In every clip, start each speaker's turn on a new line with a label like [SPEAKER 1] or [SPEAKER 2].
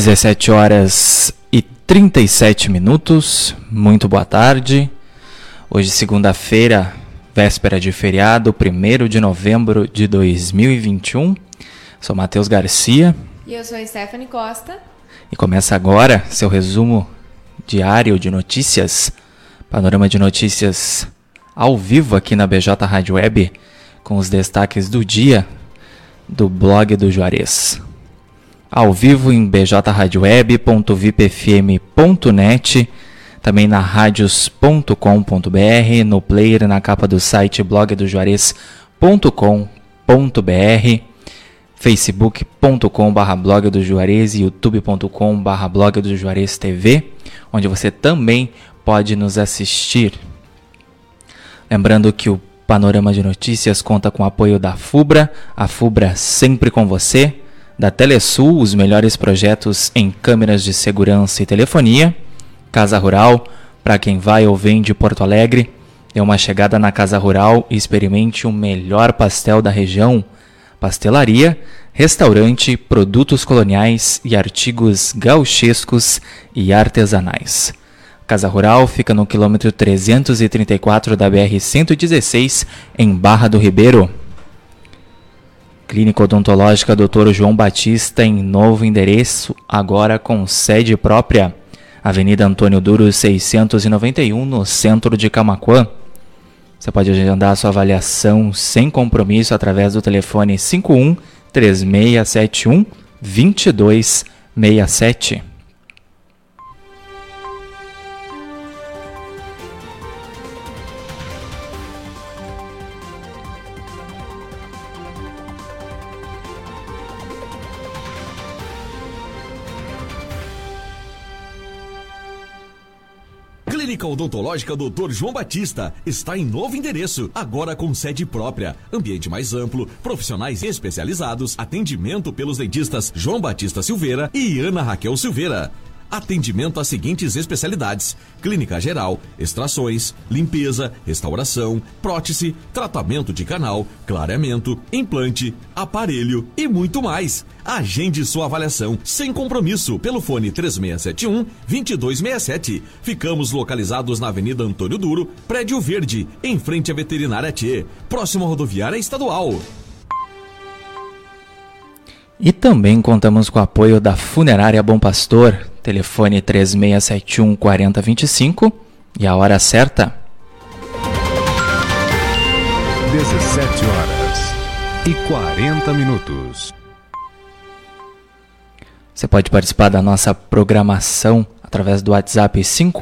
[SPEAKER 1] 17 horas e 37 minutos, muito boa tarde. Hoje, segunda-feira, véspera de feriado, 1º de novembro de 2021. Sou Matheus Garcia.
[SPEAKER 2] E eu sou Stephanie Costa.
[SPEAKER 1] E começa agora seu resumo diário de notícias, panorama de notícias ao vivo aqui na BJ Rádio Web, com os destaques do dia do blog do Juarez. Ao vivo em bjradioweb.vipfm.net, também na radios.com.br, no player na capa do site blogdojuarez.com.br, facebook.com/blog do Juarez e youtube.com/blog do Juarez TV, onde você também pode nos assistir. Lembrando que o Panorama de Notícias conta com o apoio da FUBRA, a FUBRA sempre com você, da Telesul, os melhores projetos em câmeras de segurança e telefonia, Casa Rural, para quem vai ou vem de Porto Alegre, dê uma chegada na Casa Rural e experimente o melhor pastel da região, pastelaria, restaurante, produtos coloniais e artigos gauchescos e artesanais. Casa Rural fica no quilômetro 334 da BR-116, em Barra do Ribeiro. Clínica Odontológica Dr. João Batista em novo endereço, agora com sede própria. Avenida Antônio Duro 691, no centro de Camaquã. Você pode agendar a sua avaliação sem compromisso através do telefone 51 3671 2267.
[SPEAKER 3] Clínica Odontológica Dr. João Batista está em novo endereço, agora com sede própria, ambiente mais amplo, profissionais especializados, atendimento pelos dentistas João Batista Silveira e Ana Raquel Silveira. Atendimento às seguintes especialidades: clínica geral, extrações, limpeza, restauração, prótese, tratamento de canal, clareamento, implante, aparelho e muito mais. Agende sua avaliação sem compromisso pelo fone 3671-2267. Ficamos localizados na Avenida Antônio Duro, Prédio Verde, em frente à Veterinária Tchê, próximo à rodoviária estadual.
[SPEAKER 1] E também contamos com o apoio da Funerária Bom Pastor, telefone 3671-4025 e a hora certa.
[SPEAKER 4] 17 horas e 40 minutos.
[SPEAKER 1] Você pode participar da nossa programação através do WhatsApp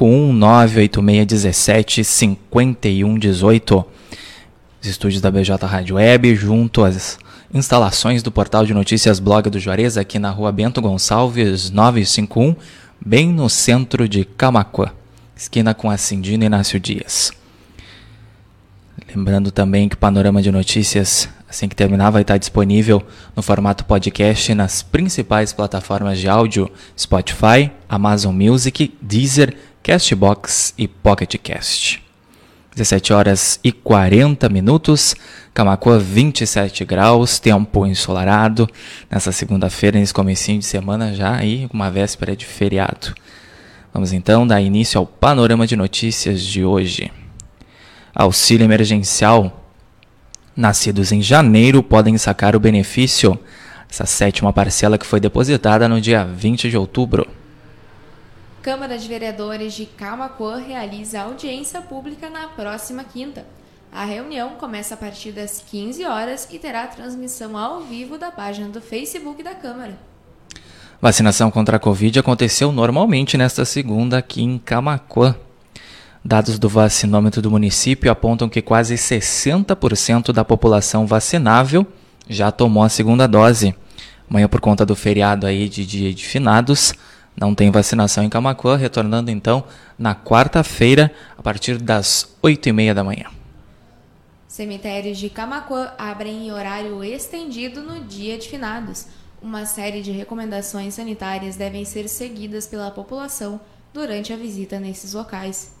[SPEAKER 1] 51986175118. Os estúdios da BJ Rádio Web, junto às instalações do portal de notícias Blog do Juarez, aqui na rua Bento Gonçalves 951, bem no centro de Camaquã, esquina com a Cindina Inácio Dias. Lembrando também que o Panorama de Notícias, assim que terminar, vai estar disponível no formato podcast nas principais plataformas de áudio: Spotify, Amazon Music, Deezer, Castbox e Pocket Cast. 17 horas e 40 minutos, Camaquã 27 graus, tempo ensolarado, nessa segunda-feira, nesse comecinho de semana já aí, uma véspera de feriado. Vamos então dar início ao Panorama de Notícias de hoje. Auxílio emergencial. Nascidos em janeiro podem sacar o benefício. Essa 7ª parcela que foi depositada no dia 20 de outubro.
[SPEAKER 2] Câmara de Vereadores de Camaquã realiza audiência pública na próxima quinta. A reunião começa a partir das 15 horas e terá transmissão ao vivo da página do Facebook da Câmara.
[SPEAKER 1] Vacinação contra a Covid aconteceu normalmente nesta segunda aqui em Camaquã. Dados do vacinômetro do município apontam que quase 60% da população vacinável já tomou a segunda dose. Amanhã, por conta do feriado aí de Dia de Finados, não tem vacinação em Camaquã, retornando então na quarta-feira, a partir das 8h30 da manhã.
[SPEAKER 2] Cemitérios de Camaquã abrem em horário estendido no Dia de Finados. Uma série de recomendações sanitárias devem ser seguidas pela população durante a visita nesses locais.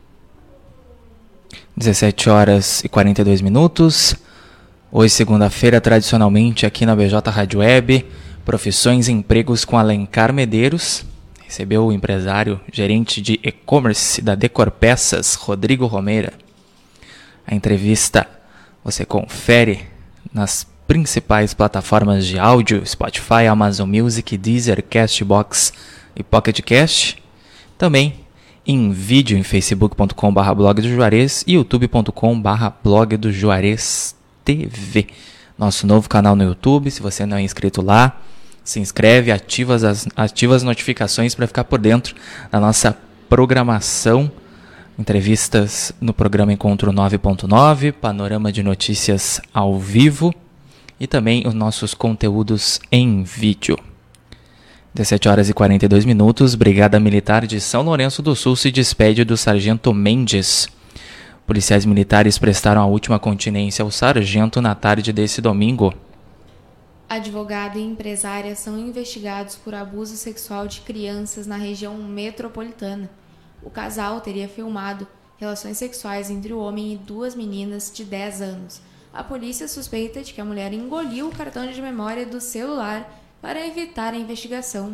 [SPEAKER 1] 17 horas e 42 minutos. Hoje, segunda-feira, tradicionalmente aqui na BJ Rádio Web, Profissões e empregos com Alencar Medeiros. Recebeu o empresário, gerente de e-commerce da Decor Peças, Rodrigo Romeira. A entrevista você confere nas principais plataformas de áudio, Spotify, Amazon Music, Deezer, Castbox e Pocket Cast. Também em vídeo em facebook.com/blog do Juarez e youtube.com/blog do Juarez TV. Nosso novo canal no YouTube. Se você não é inscrito lá, se inscreve, ativa as notificações para ficar por dentro da nossa programação. Entrevistas no programa Encontro 9.9, panorama de notícias ao vivo e também os nossos conteúdos em vídeo. 17 horas e 42 minutos, Brigada Militar de São Lourenço do Sul se despede do Sargento Mendes. Policiais militares prestaram a última continência ao sargento na tarde desse domingo.
[SPEAKER 2] Advogado e empresária são investigados por abuso sexual de crianças na região metropolitana. O casal teria filmado relações sexuais entre o homem e 2 meninas de 10 anos. A polícia suspeita de que a mulher engoliu o cartão de memória do celular para evitar a investigação.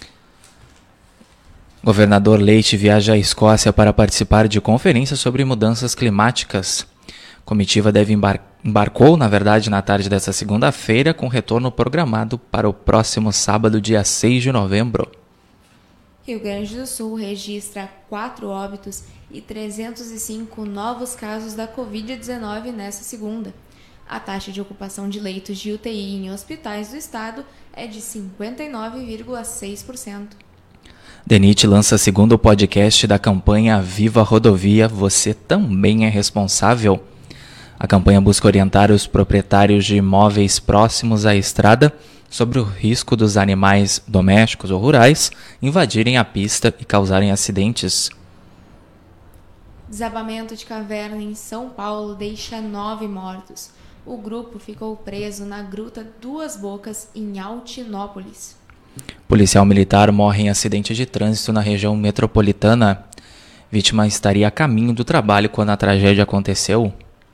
[SPEAKER 1] Governador Leite viaja à Escócia para participar de conferência sobre mudanças climáticas. Comitiva embarcou, na tarde desta segunda-feira, com retorno programado para o próximo sábado, dia 6 de novembro.
[SPEAKER 2] Rio Grande do Sul registra 4 óbitos e 305 novos casos da Covid-19 nesta segunda. A taxa de ocupação de leitos de UTI em hospitais do estado é de 59,6%.
[SPEAKER 1] DENIT lança segundo podcast da campanha Viva Rodovia, Você Também é Responsável. A campanha busca orientar os proprietários de imóveis próximos à estrada sobre o risco dos animais domésticos ou rurais invadirem a pista e causarem acidentes.
[SPEAKER 2] Desabamento de caverna em São Paulo deixa 9 mortos. O grupo ficou preso na Gruta Duas Bocas, em Altinópolis.
[SPEAKER 1] Policial militar morre em acidente de trânsito na região metropolitana. Vítima estaria a caminho do trabalho quando a tragédia aconteceu.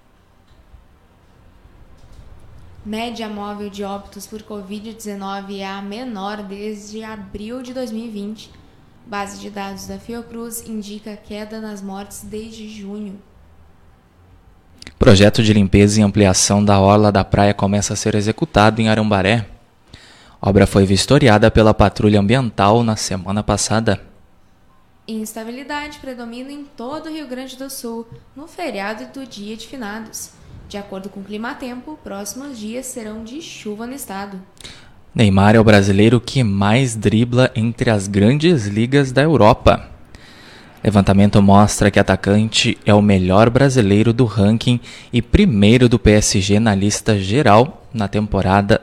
[SPEAKER 2] Média móvel de óbitos por Covid-19 é a menor desde abril de 2020. Base de dados da Fiocruz indica queda nas mortes desde junho.
[SPEAKER 1] Projeto de limpeza e ampliação da orla da praia começa a ser executado em Arambaré. A obra foi vistoriada pela Patrulha Ambiental na semana passada.
[SPEAKER 2] Instabilidade predomina em todo o Rio Grande do Sul no feriado do Dia de Finados. De acordo com o Climatempo, próximos dias serão de chuva no estado.
[SPEAKER 1] Neymar é o brasileiro que mais dribla entre as grandes ligas da Europa. Levantamento mostra que o atacante é o melhor brasileiro do ranking e primeiro do PSG na lista geral na temporada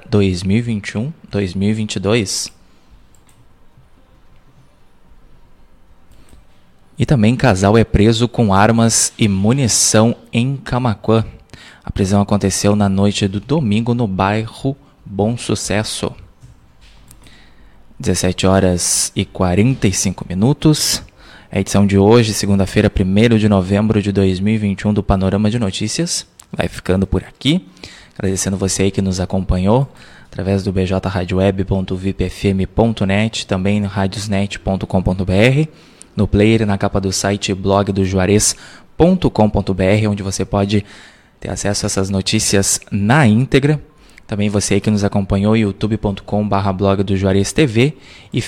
[SPEAKER 1] 2021-2022. E também casal é preso com armas e munição em Camaquã. A prisão aconteceu na noite do domingo no bairro Bom Sucesso. 17 horas e 45 minutos. A edição de hoje, segunda-feira, 1º de novembro de 2021 do Panorama de Notícias, vai ficando por aqui. Agradecendo você aí que nos acompanhou através do bjradioweb.vipfm.net, também no radiosnet.com.br, no player na capa do site blogdojuarez.com.br, onde você pode ter acesso a essas notícias na íntegra. Também você aí que nos acompanhou, youtube.com/blog do Juarez TV e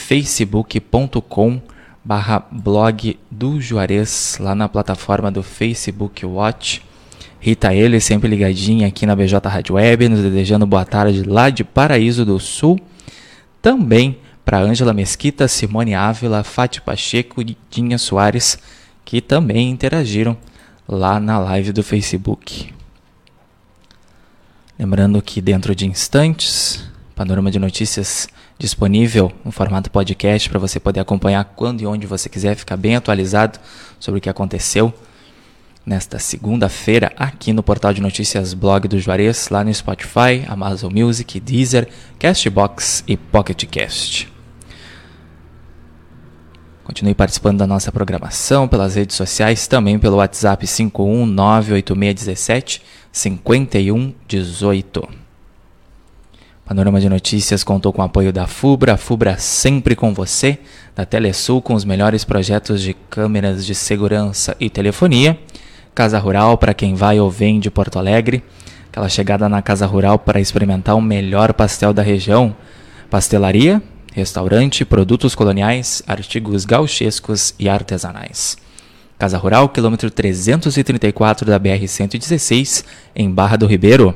[SPEAKER 1] facebook.com/blog do Juarez, lá na plataforma do Facebook Watch. Rita ele sempre ligadinha aqui na BJ Rádio Web, nos desejando boa tarde lá de Paraíso do Sul. Também para Ângela Mesquita, Simone Ávila, Fati Pacheco e Dinha Soares, que também interagiram lá na live do Facebook. Lembrando que dentro de instantes, Panorama de Notícias disponível no formato podcast para você poder acompanhar quando e onde você quiser, ficar bem atualizado sobre o que aconteceu nesta segunda-feira aqui no portal de notícias Blog do Juarez, lá no Spotify, Amazon Music, Deezer, Castbox e Pocket Cast. Continue participando da nossa programação pelas redes sociais, também pelo WhatsApp 51986175118. Panorama de Notícias contou com o apoio da FUBRA, a FUBRA sempre com você, da Telesul com os melhores projetos de câmeras de segurança e telefonia, Casa Rural para quem vai ou vem de Porto Alegre, aquela chegada na Casa Rural para experimentar o melhor pastel da região, pastelaria, restaurante, produtos coloniais, artigos gauchescos e artesanais. Casa Rural, quilômetro 334 da BR-116, em Barra do Ribeiro.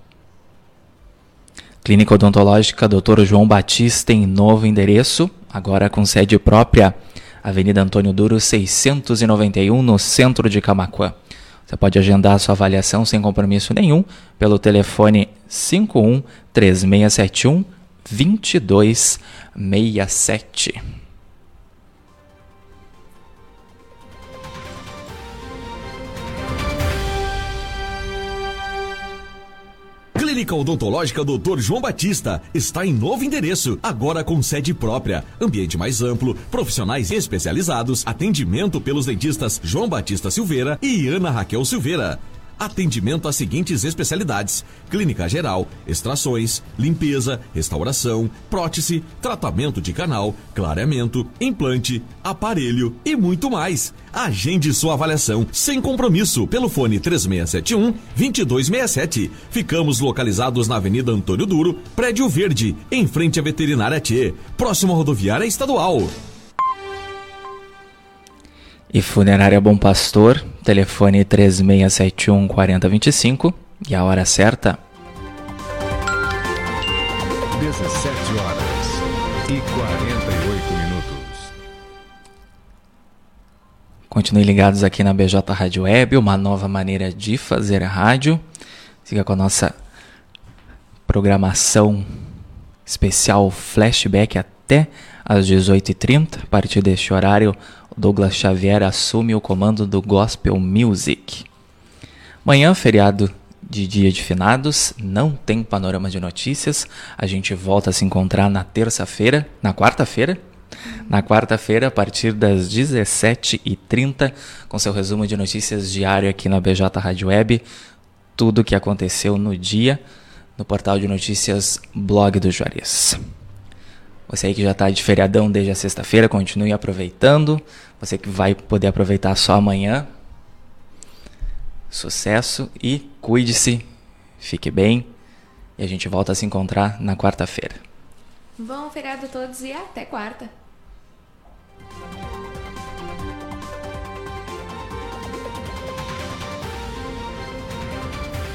[SPEAKER 1] Clínica Odontológica Dr. João Batista em novo endereço, agora com sede própria, Avenida Antônio Duro 691, no centro de Camaquã. Você pode agendar sua avaliação sem compromisso nenhum pelo telefone 51 3671 2267.
[SPEAKER 3] Clínica Odontológica Dr. João Batista está em novo endereço, agora com sede própria, ambiente mais amplo, profissionais especializados, atendimento pelos dentistas João Batista Silveira e Ana Raquel Silveira. Atendimento às seguintes especialidades: clínica geral, extrações, limpeza, restauração, prótese, tratamento de canal, clareamento, implante, aparelho e muito mais. Agende sua avaliação sem compromisso pelo fone 3671-2267. Ficamos localizados na Avenida Antônio Duro, Prédio Verde, em frente à Veterinária Tchê, próximo à rodoviária estadual.
[SPEAKER 1] E Funerária Bom Pastor, telefone 3671 4025 e a hora certa.
[SPEAKER 4] 17 horas e 48 minutos.
[SPEAKER 1] Continue ligados aqui na BJ Rádio Web, uma nova maneira de fazer rádio. Siga com a nossa programação especial Flashback até às 18h30. A partir deste horário, Douglas Xavier assume o comando do Gospel Music. Amanhã, feriado de Dia de Finados, não tem panorama de notícias. A gente volta a se encontrar na quarta-feira, a partir das 17h30, com seu resumo de notícias diário aqui na BJ Rádio Web. Tudo o que aconteceu no dia, no portal de notícias Blog do Juarez. Você aí que já está de feriadão desde a sexta-feira, continue aproveitando. Você que vai poder aproveitar só amanhã, sucesso e cuide-se, fique bem. E a gente volta a se encontrar na quarta-feira.
[SPEAKER 2] Bom feriado a todos e até quarta.